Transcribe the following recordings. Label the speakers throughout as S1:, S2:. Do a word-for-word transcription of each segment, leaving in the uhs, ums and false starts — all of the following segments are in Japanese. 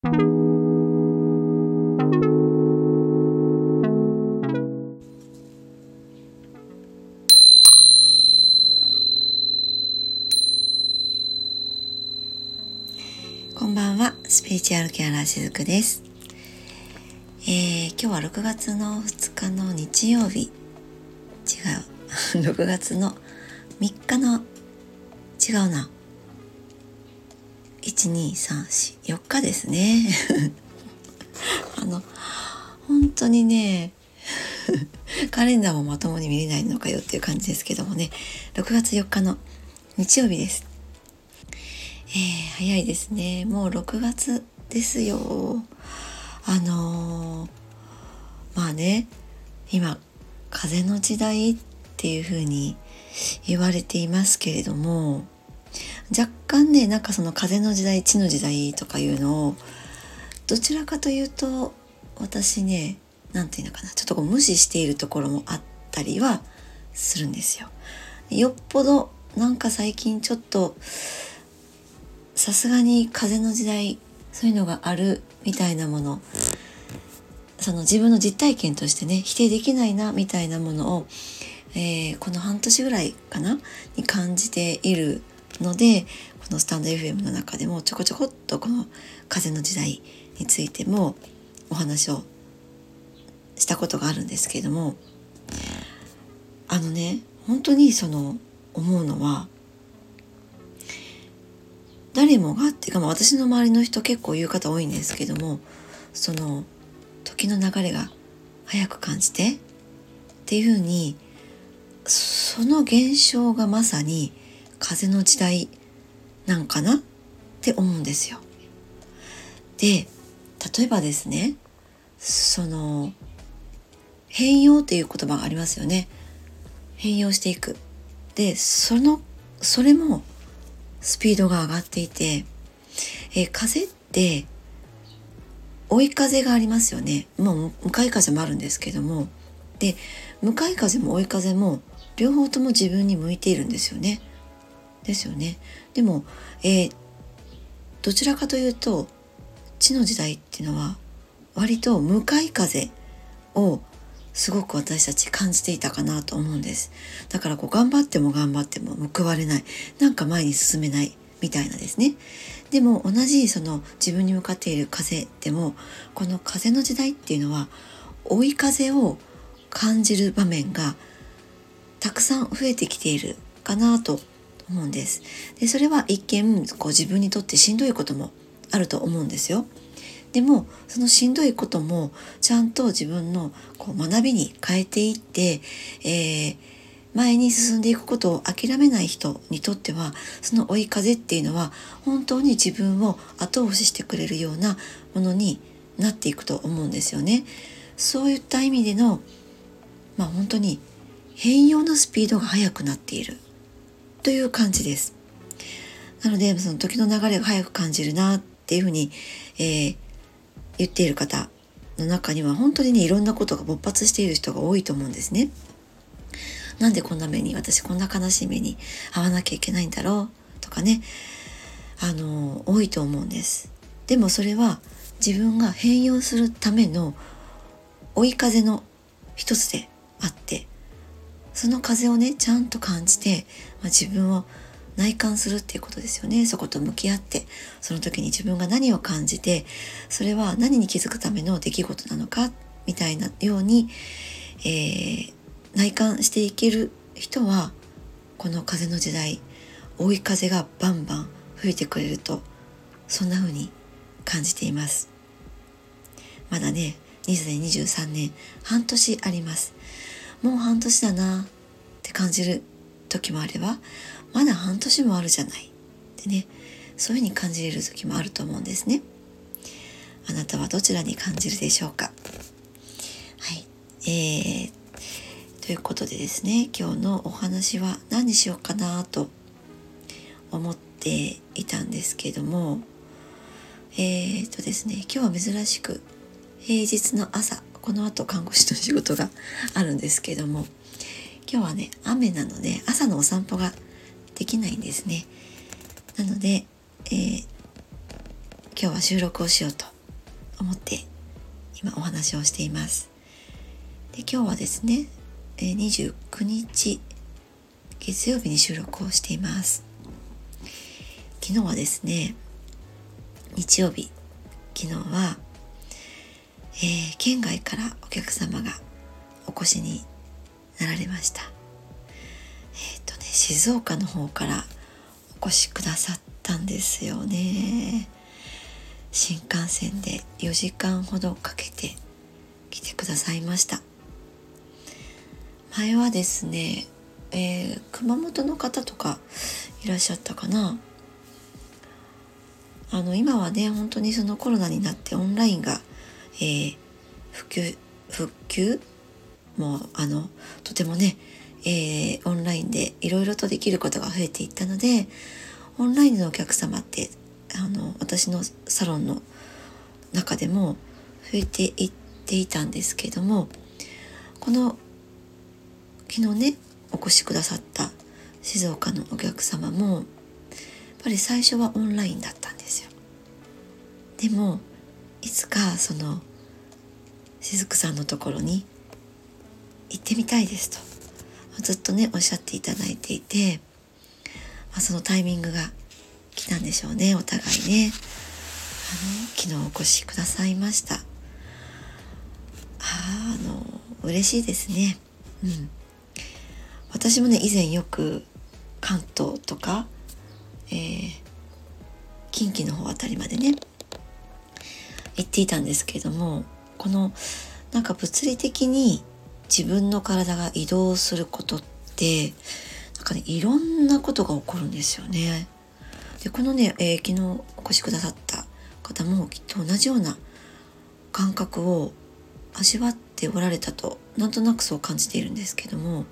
S1: こんばんは、スピリチュアルケアラーしずくです。えー、今日はろくがつのふつかの日曜日、違うろくがつのみっかの違うないち、に、さん、よん、よっかですねあの本当にねカレンダーもまともに見れないのかよっていう感じですけどもね、ろくがつよっかの日曜日です。えー、早いですね。もうろくがつですよ。あのー、まあね、今風の時代っていう風に言われていますけれども、若干ね、なんかその風の時代、地の時代とかいうのをどちらかというと私ね、なんていうのかな、ちょっとこう無視しているところもあったりはするんですよ。よっぽどなんか最近ちょっとさすがに風の時代、そういうのがあるみたいなもの、その自分の実体験としてね、否定できないなみたいなものを、えー、この半年ぐらいかなに感じているので、このスタンド エフエム の中でもちょこちょこっとこの風の時代についてもお話をしたことがあるんですけれども、あのね、本当にその思うのは、誰もがっていうか、まあ、私の周りの人結構言う方多いんですけども、その時の流れが早く感じてっていう風に、その現象がまさに風の時代なんかなって思うんですよ。で、例えばですね、その変容っていう言葉がありますよね。変容していく。で、そのそれもスピードが上がっていて、えー、風って追い風がありますよね。もう向かい風もあるんですけども、で向かい風も追い風も両方とも自分に向いているんですよね。ですよね。でも、えー、どちらかというと地の時代っていうのは割と向かい風をすごく私たち感じていたかなと思うんです。だからこう頑張っても頑張っても報われない、なんか前に進めないみたいなですね。でも同じその自分に向かっている風でも、この風の時代っていうのは追い風を感じる場面がたくさん増えてきているかなと思うんです。でそれは一見こう自分にとってしんどいこともあると思うんですよ。でもそのしんどいこともちゃんと自分のこう学びに変えていって、えー、前に進んでいくことを諦めない人にとっては、その追い風っていうのは本当に自分を後押ししてくれるようなものになっていくと思うんですよね。そういった意味での、まあ本当に変容のスピードが速くなっているという感じです。なのでその時の流れが速く感じるなっていうふうに、えー言っている方の中には本当にね、いろんなことが勃発している人が多いと思うんですね。なんでこんな目に、私こんな悲しい目に遭わなきゃいけないんだろうとかね、あの多いと思うんです。でもそれは自分が変容するための追い風の一つであって、その風をねちゃんと感じて、まあ、自分を内観するっていうことですよね。そこと向き合って、その時に自分が何を感じて、それは何に気づくための出来事なのかみたいなように、えー、内観していける人は、この風の時代、追い風がバンバン吹いてくれると、そんな風に感じています。まだねにじゅうにじゅうさんねん半年あります。もう半年だなって感じる時もあれば、まだ半年もあるじゃないってね、そういうふうに感じれる時もあると思うんですね。あなたはどちらに感じるでしょうか。はい、えー、ということでですね、今日のお話は何にしようかなと思っていたんですけれども、えーとですね、今日は珍しく平日の朝、この後看護師の仕事があるんですけれども、今日はね雨なので朝のお散歩ができないんですね。なので、えー、今日は収録をしようと思って今お話をしています。で今日はですねにじゅうくにち月曜日に収録をしています。昨日はですね日曜日、昨日は、えー、県外からお客様がお越しになられました。えっとね静岡の方からお越しくださったんですよね。新幹線でよじかんほどかけて来てくださいました。前はですね、えー、熊本の方とかいらっしゃったかな。あの今はね本当にそのコロナになってオンラインが、えー、普及復旧もうあのとてもね、えー、オンラインでいろいろとできることが増えていったので、オンラインのお客様ってあの私のサロンの中でも増えていっていたんですけども、この昨日ねお越しくださった静岡のお客様もやっぱり最初はオンラインだったんですよ。でもいつかそのしずくさんのところに行ってみたいですとずっとねおっしゃっていただいていて、まあ、そのタイミングが来たんでしょうね。お互いねあの昨日お越しくださいました。ああの嬉しいですね。うん私もね以前よく関東とか、えー、近畿の方あたりまでね行っていたんですけれども、このなんか物理的に自分の体が移動することってなんかねいろんなことが起こるんですよね。でこのね、えー、昨日お越しくださった方もきっと同じような感覚を味わっておられたとなんとなくそう感じているんですけども、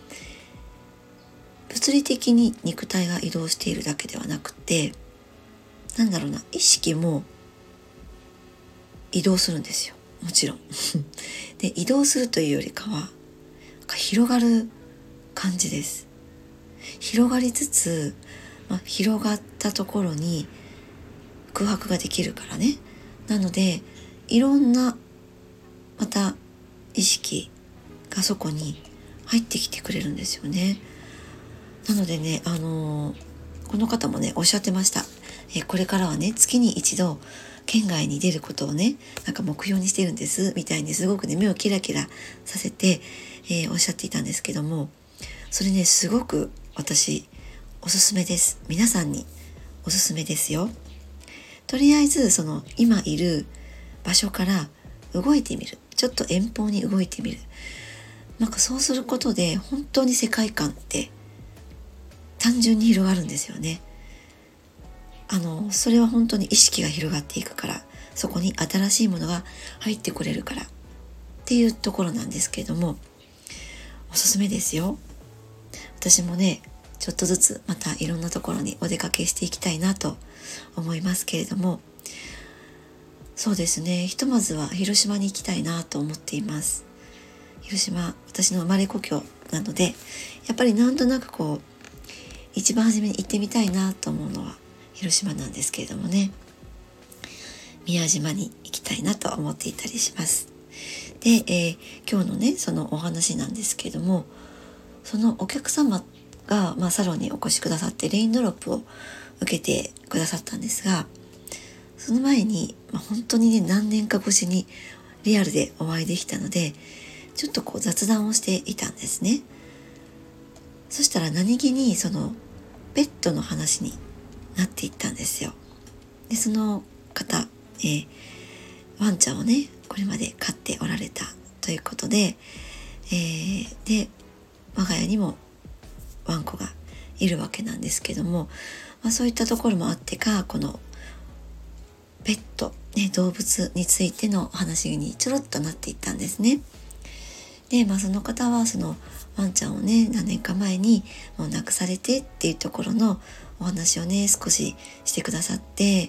S1: 物理的に肉体が移動しているだけではなくて、なんだろうな、意識も移動するんですよ。もちろんで移動するというよりかは広がる感じです。広がりつつ、まあ、広がったところに空白ができるからね。なのでいろんなまた意識がそこに入ってきてくれるんですよね。なのでね、あのー、この方もねおっしゃってました。えー、これからはね月に一度県外に出ることをねなんか目標にしてるんですみたいにすごくね目をキラキラさせて、えー、おっしゃっていたんですけども、それねすごく私おすすめです。皆さんにおすすめですよ。とりあえずその今いる場所から動いてみる、ちょっと遠方に動いてみる。なんかそうすることで本当に世界観って単純に広がるんですよね。あのそれは本当に意識が広がっていくから、そこに新しいものが入ってこれるからっていうところなんですけれども、おすすめですよ。私もねちょっとずつまたいろんなところにお出かけしていきたいなと思いますけれども、そうですね、ひとまずは広島に行きたいなと思っています。広島私の生まれ故郷なので、やっぱりなんとなくこう一番初めに行ってみたいなと思うのは広島なんですけれどもね、宮島に行きたいなと思っていたりします。で、えー、今日のねそのお話なんですけれども、そのお客様が、まあ、サロンにお越しくださってレインドロップを受けてくださったんですが、その前に、まあ、本当にね何年か越しにリアルでお会いできたので、ちょっとこう雑談をしていたんですね。そしたら何気にそのペットの話になっていったんですよ。でその方、えー、ワンちゃんをねこれまで飼っておられたということで、えー、で我が家にもワンコがいるわけなんですけども、まあ、そういったところもあってか、このペット、ね、動物についての話にちょろっとなっていったんですね。で、まあ、その方はそのワンちゃんをね何年か前にもう亡くされてっていうところのお話をね少ししてくださって、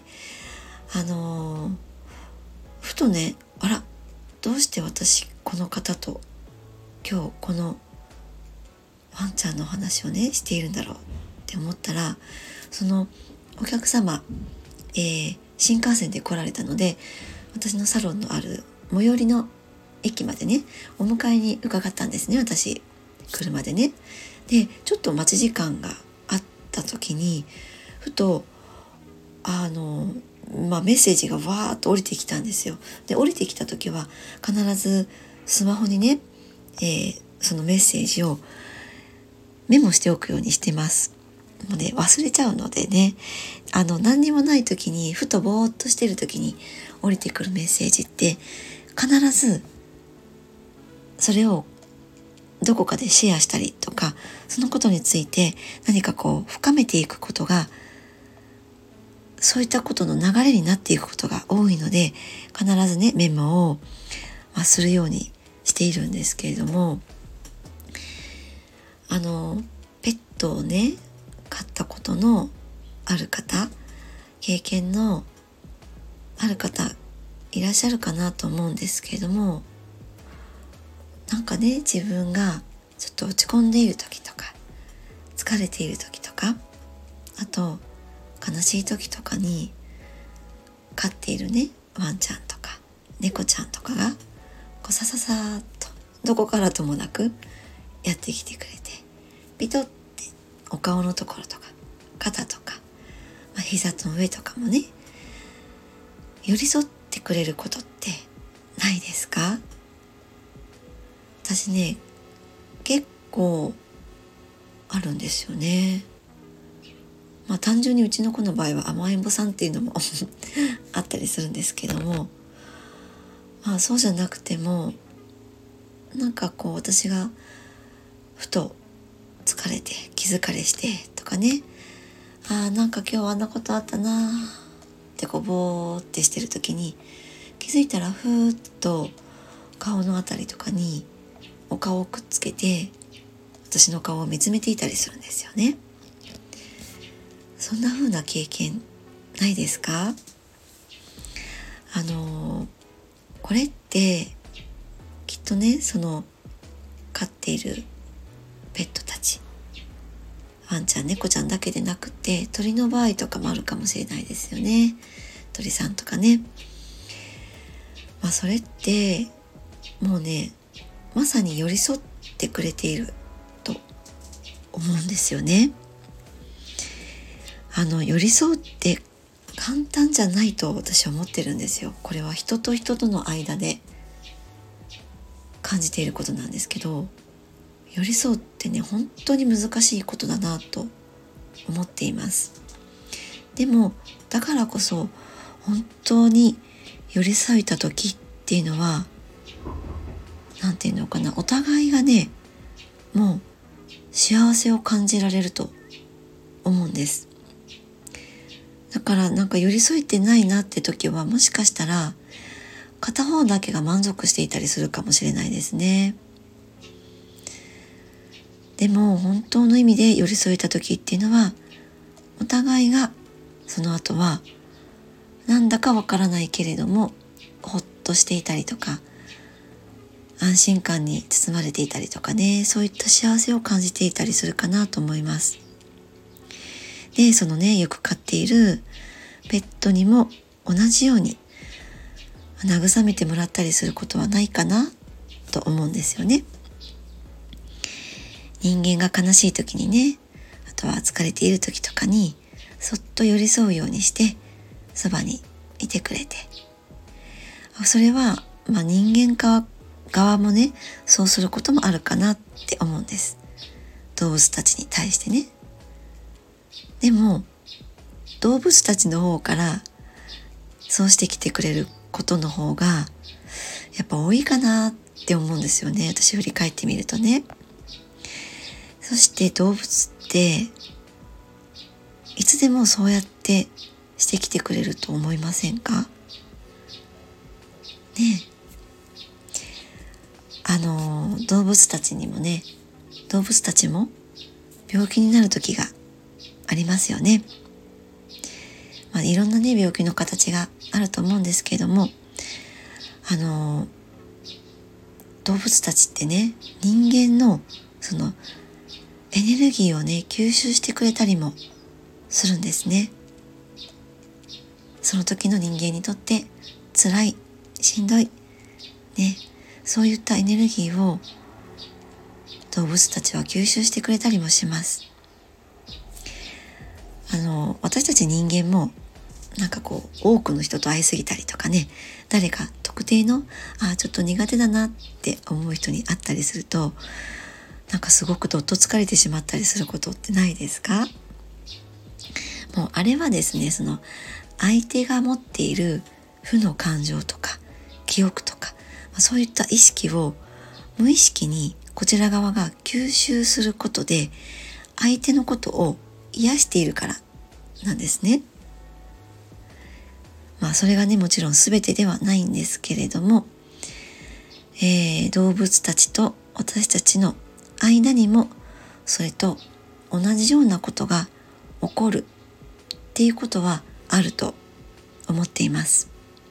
S1: あのー、ふとね、あらどうして私この方と今日このワンちゃんの話をねしているんだろうって思ったら、そのお客様、えー、新幹線で来られたので私のサロンのある最寄りの駅までねお迎えに伺ったんですね、私車でね。でちょっと待ち時間があった時にふとあの、まあ、メッセージがわーっと降りてきたんですよ。で降りてきた時は必ずスマホにね、えー、そのメッセージをメモしておくようにしてます。もうね忘れちゃうのでね、あの何にもない時にふとぼーっとしてる時に降りてくるメッセージって必ずそれをどこかでシェアしたりとか、そのことについて何かこう深めていくことが、そういったことの流れになっていくことが多いので、必ずねメモを、まあ、するようにしているんですけれども、あのペットをね飼ったことのある方、経験のある方いらっしゃるかなと思うんですけれども、なんかね自分がちょっと落ち込んでいる時とか疲れている時とか、あと悲しい時とかに飼っているねワンちゃんとか猫ちゃんとかがこうさささーっとどこからともなくやってきてくれて、ピトってお顔のところとか肩とか、まあ、膝の上とかもね寄り添ってくれることってないですか？私ね結構あるんですよね。まあ単純にうちの子の場合は甘えん坊さんっていうのもあったりするんですけども、まあそうじゃなくてもなんかこう私がふと疲れて気疲れしてとかね、あーなんか今日あんなことあったなってこうぼーってしてる時に気づいたらふーっと顔のあたりとかにお顔をくっつけて私の顔を見つめていたりするんですよね。そんな風な経験ないですか？あのこれってきっとねその飼っているペットたち、ワンちゃん猫ちゃんだけでなくて鳥の場合とかもあるかもしれないですよね。鳥さんとかね、まあそれってもうねまさに寄り添ってくれていると思うんですよね。あの寄り添うって簡単じゃないと私は思ってるんですよ。これは人と人との間で感じていることなんですけど、寄り添うってね本当に難しいことだなと思っています。でもだからこそ本当に寄り添えた時っていうのはなんていうのかな、お互いがねもう幸せを感じられると思うんです。だからなんか寄り添えてないなって時はもしかしたら片方だけが満足していたりするかもしれないですね。でも本当の意味で寄り添えた時っていうのはお互いがその後はなんだかわからないけれどもほっとしていたりとか安心感に包まれていたりとかね、そういった幸せを感じていたりするかなと思います。でそのねよく飼っているペットにも同じように慰めてもらったりすることはないかなと思うんですよね。人間が悲しい時にね、あとは疲れている時とかにそっと寄り添うようにしてそばにいてくれて、それは、まあ、人間側側もねそうすることもあるかなって思うんです。動物たちに対してね。でも動物たちの方からそうしてきてくれることの方がやっぱ多いかなって思うんですよね、私振り返ってみるとね。そして動物っていつでもそうやってしてきてくれると思いませんかね。あの動物たちにもね動物たちも病気になる時がありますよね。まあ、いろんなね病気の形があると思うんですけれども、あの動物たちってね人間のそのエネルギーをね吸収してくれたりもするんですね。その時の人間にとって辛い、しんどい、ね、そういったエネルギーを動物たちは吸収してくれたりもします。あの私たち人間もなんかこう多くの人と会いすぎたりとかね、誰か特定のあちょっと苦手だなって思う人に会ったりすると、なんかすごくどっと疲れてしまったりすることってないですか？もうあれはですね、その相手が持っている負の感情とか記憶とか、そういった意識を無意識にこちら側が吸収することで相手のことを癒しているからなんですね。まあそれがねもちろん全てではないんですけれども、えー、動物たちと私たちの間にもそれと同じようなことが起こるっていうことはあると思っています。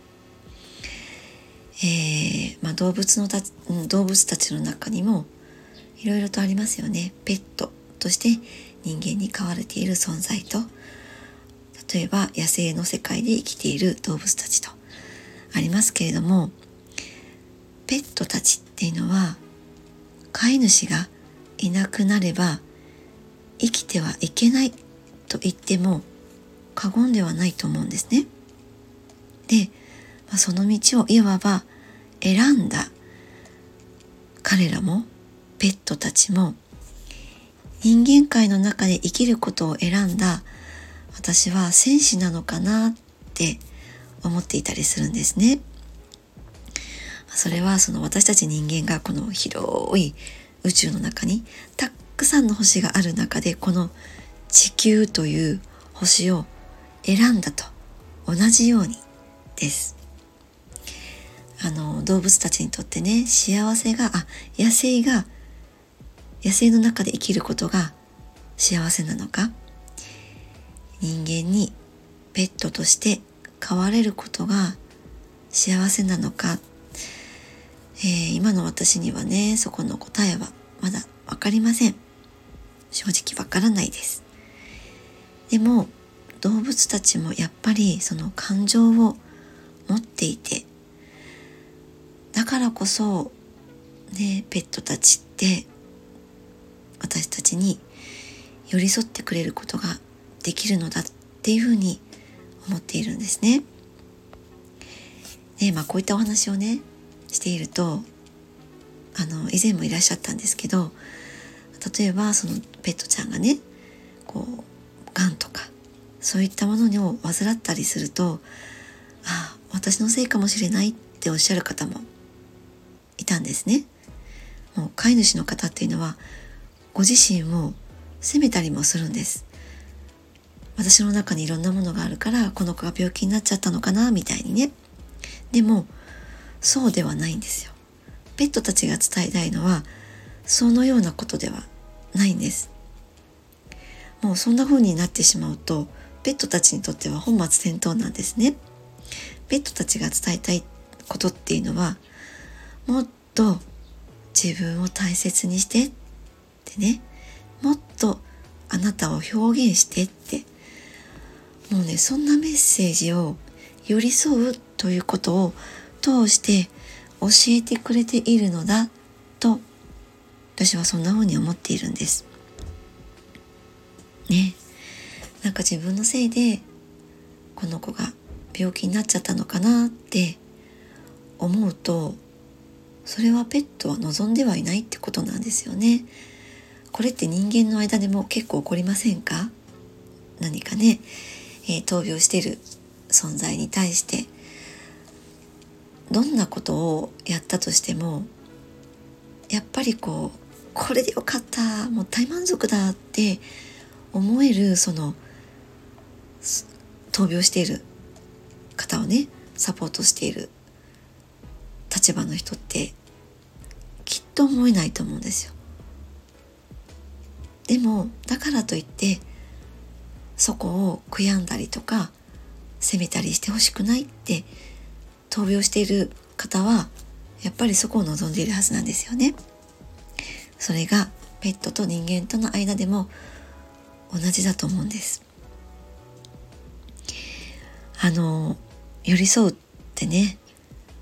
S1: えーまあ、動物のた動物たちの中にもいろいろとありますよね。ペットとして人間に飼われている存在と、例えば野生の世界で生きている動物たちとありますけれども、ペットたちっていうのは飼い主がいなくなれば生きてはいけないと言っても過言ではないと思うんですね。で、まあ、その道をいわば選んだ彼らもペットたちも人間界の中で生きることを選んだ私は戦士なのかなって思っていたりするんですね。それはその私たち人間がこの広い宇宙の中にたくさんの星がある中で、この地球という星を選んだと同じようにです。あの動物たちにとってね、幸せがあ野生が野生の中で生きることが幸せなのか、人間にペットとして飼われることが幸せなのか、えー、今の私にはねそこの答えはまだわかりません。正直わからないです。でも動物たちもやっぱりその感情を持っていて、だからこそねペットたちって私たちに寄り添ってくれることができるのだっていうふうに思っているんですね。で、まあこういったお話をねしていると、あの以前もいらっしゃったんですけど、例えばそのペットちゃんがねこうがんとかそういったものを患ったりすると、ああ私のせいかもしれないっておっしゃる方もいたんですね。もう飼い主の方っていうのはご自身を責めたりもするんです。私の中にいろんなものがあるからこの子が病気になっちゃったのかなみたいにね。でもそうではないんですよ。ペットたちが伝えたいのはそのようなことではないんです。もうそんな風になってしまうとペットたちにとっては本末転倒なんですね。ペットたちが伝えたいことっていうのは、もっと自分を大切にしてってね、もっとあなたを表現してって、もうねそんなメッセージを寄り添うということを通して教えてくれているのだと私はそんな風に思っているんですね。なんか自分のせいでこの子が病気になっちゃったのかなって思うと、それはペットは望んではいないってことなんですよね。これって人間の間でも結構起こりませんか？何かね、えー、闘病している存在に対してどんなことをやったとしても、やっぱりこうこれでよかった、もう大満足だって思える、その闘病している方をねサポートしている立場の人ってきっと思えないと思うんですよ。でもだからといってそこを悔やんだりとか責めたりしてほしくないって闘病している方はやっぱりそこを望んでいるはずなんですよね。それがペットと人間との間でも同じだと思うんです。あの寄り添うってね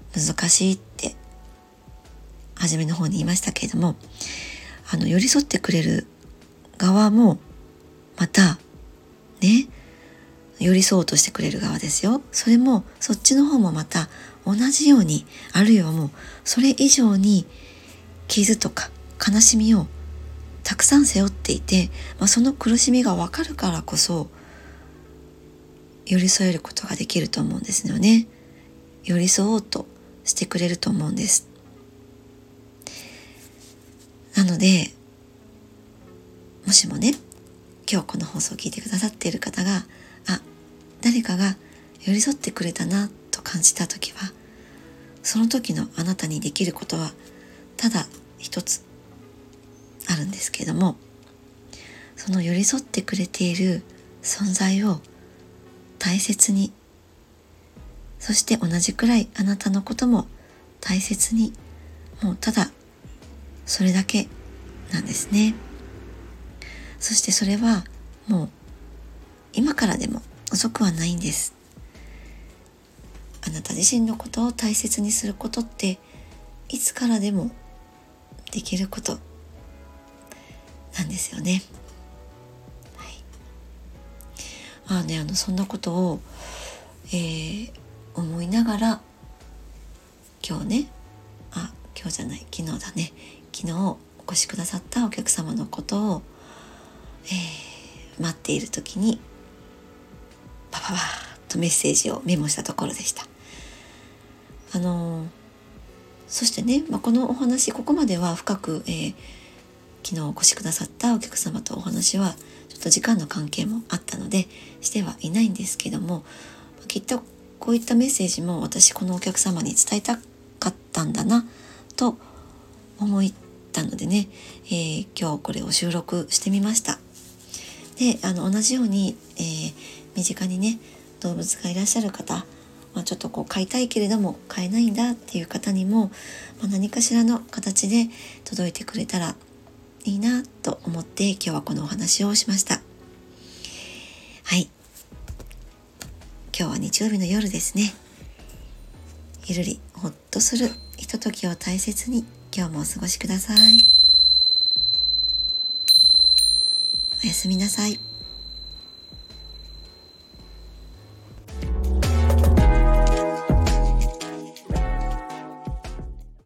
S1: 難しいって初めの方に言いましたけれども、あの寄り添ってくれる側もまたね、寄り添おうとしてくれる側ですよ。それもそっちの方もまた同じように、あるいはもうそれ以上に傷とか悲しみをたくさん背負っていて、まあ、その苦しみが分かるからこそ寄り添えることができると思うんですよね。寄り添おうとしてくれると思うんです。なのでもしもね、今日この放送を聞いてくださっている方が、あ、誰かが寄り添ってくれたなと感じたときは、その時のあなたにできることはただ一つあるんですけれども、その寄り添ってくれている存在を大切に、そして同じくらいあなたのことも大切に、もうただそれだけなんですね。そしてそれはもう今からでも遅くはないんです。あなた自身のことを大切にすることっていつからでもできることなんですよね。はい、まあね、あのそんなことを、えー、思いながら今日ね、あ、今日じゃない、昨日だね、昨日お越しくださったお客様のことを、えー、待っている時にパパパーッとメッセージをメモしたところでした。あのー、そしてね、まあ、このお話、ここまでは深く、えー、昨日お越しくださったお客様とお話はちょっと時間の関係もあったのでしてはいないんですけども、きっとこういったメッセージも私このお客様に伝えたかったんだなと思ったのでね、えー、今日これを収録してみました。で、あの同じように、えー、身近にね動物がいらっしゃる方、まあ、ちょっとこう飼いたいけれども飼えないんだっていう方にも、まあ、何かしらの形で届いてくれたらいいなと思って今日はこのお話をしました。はい、今日は日曜日の夜ですね。ゆるりほっとするひとときを大切に今日もお過ごしください。おやすみなさい。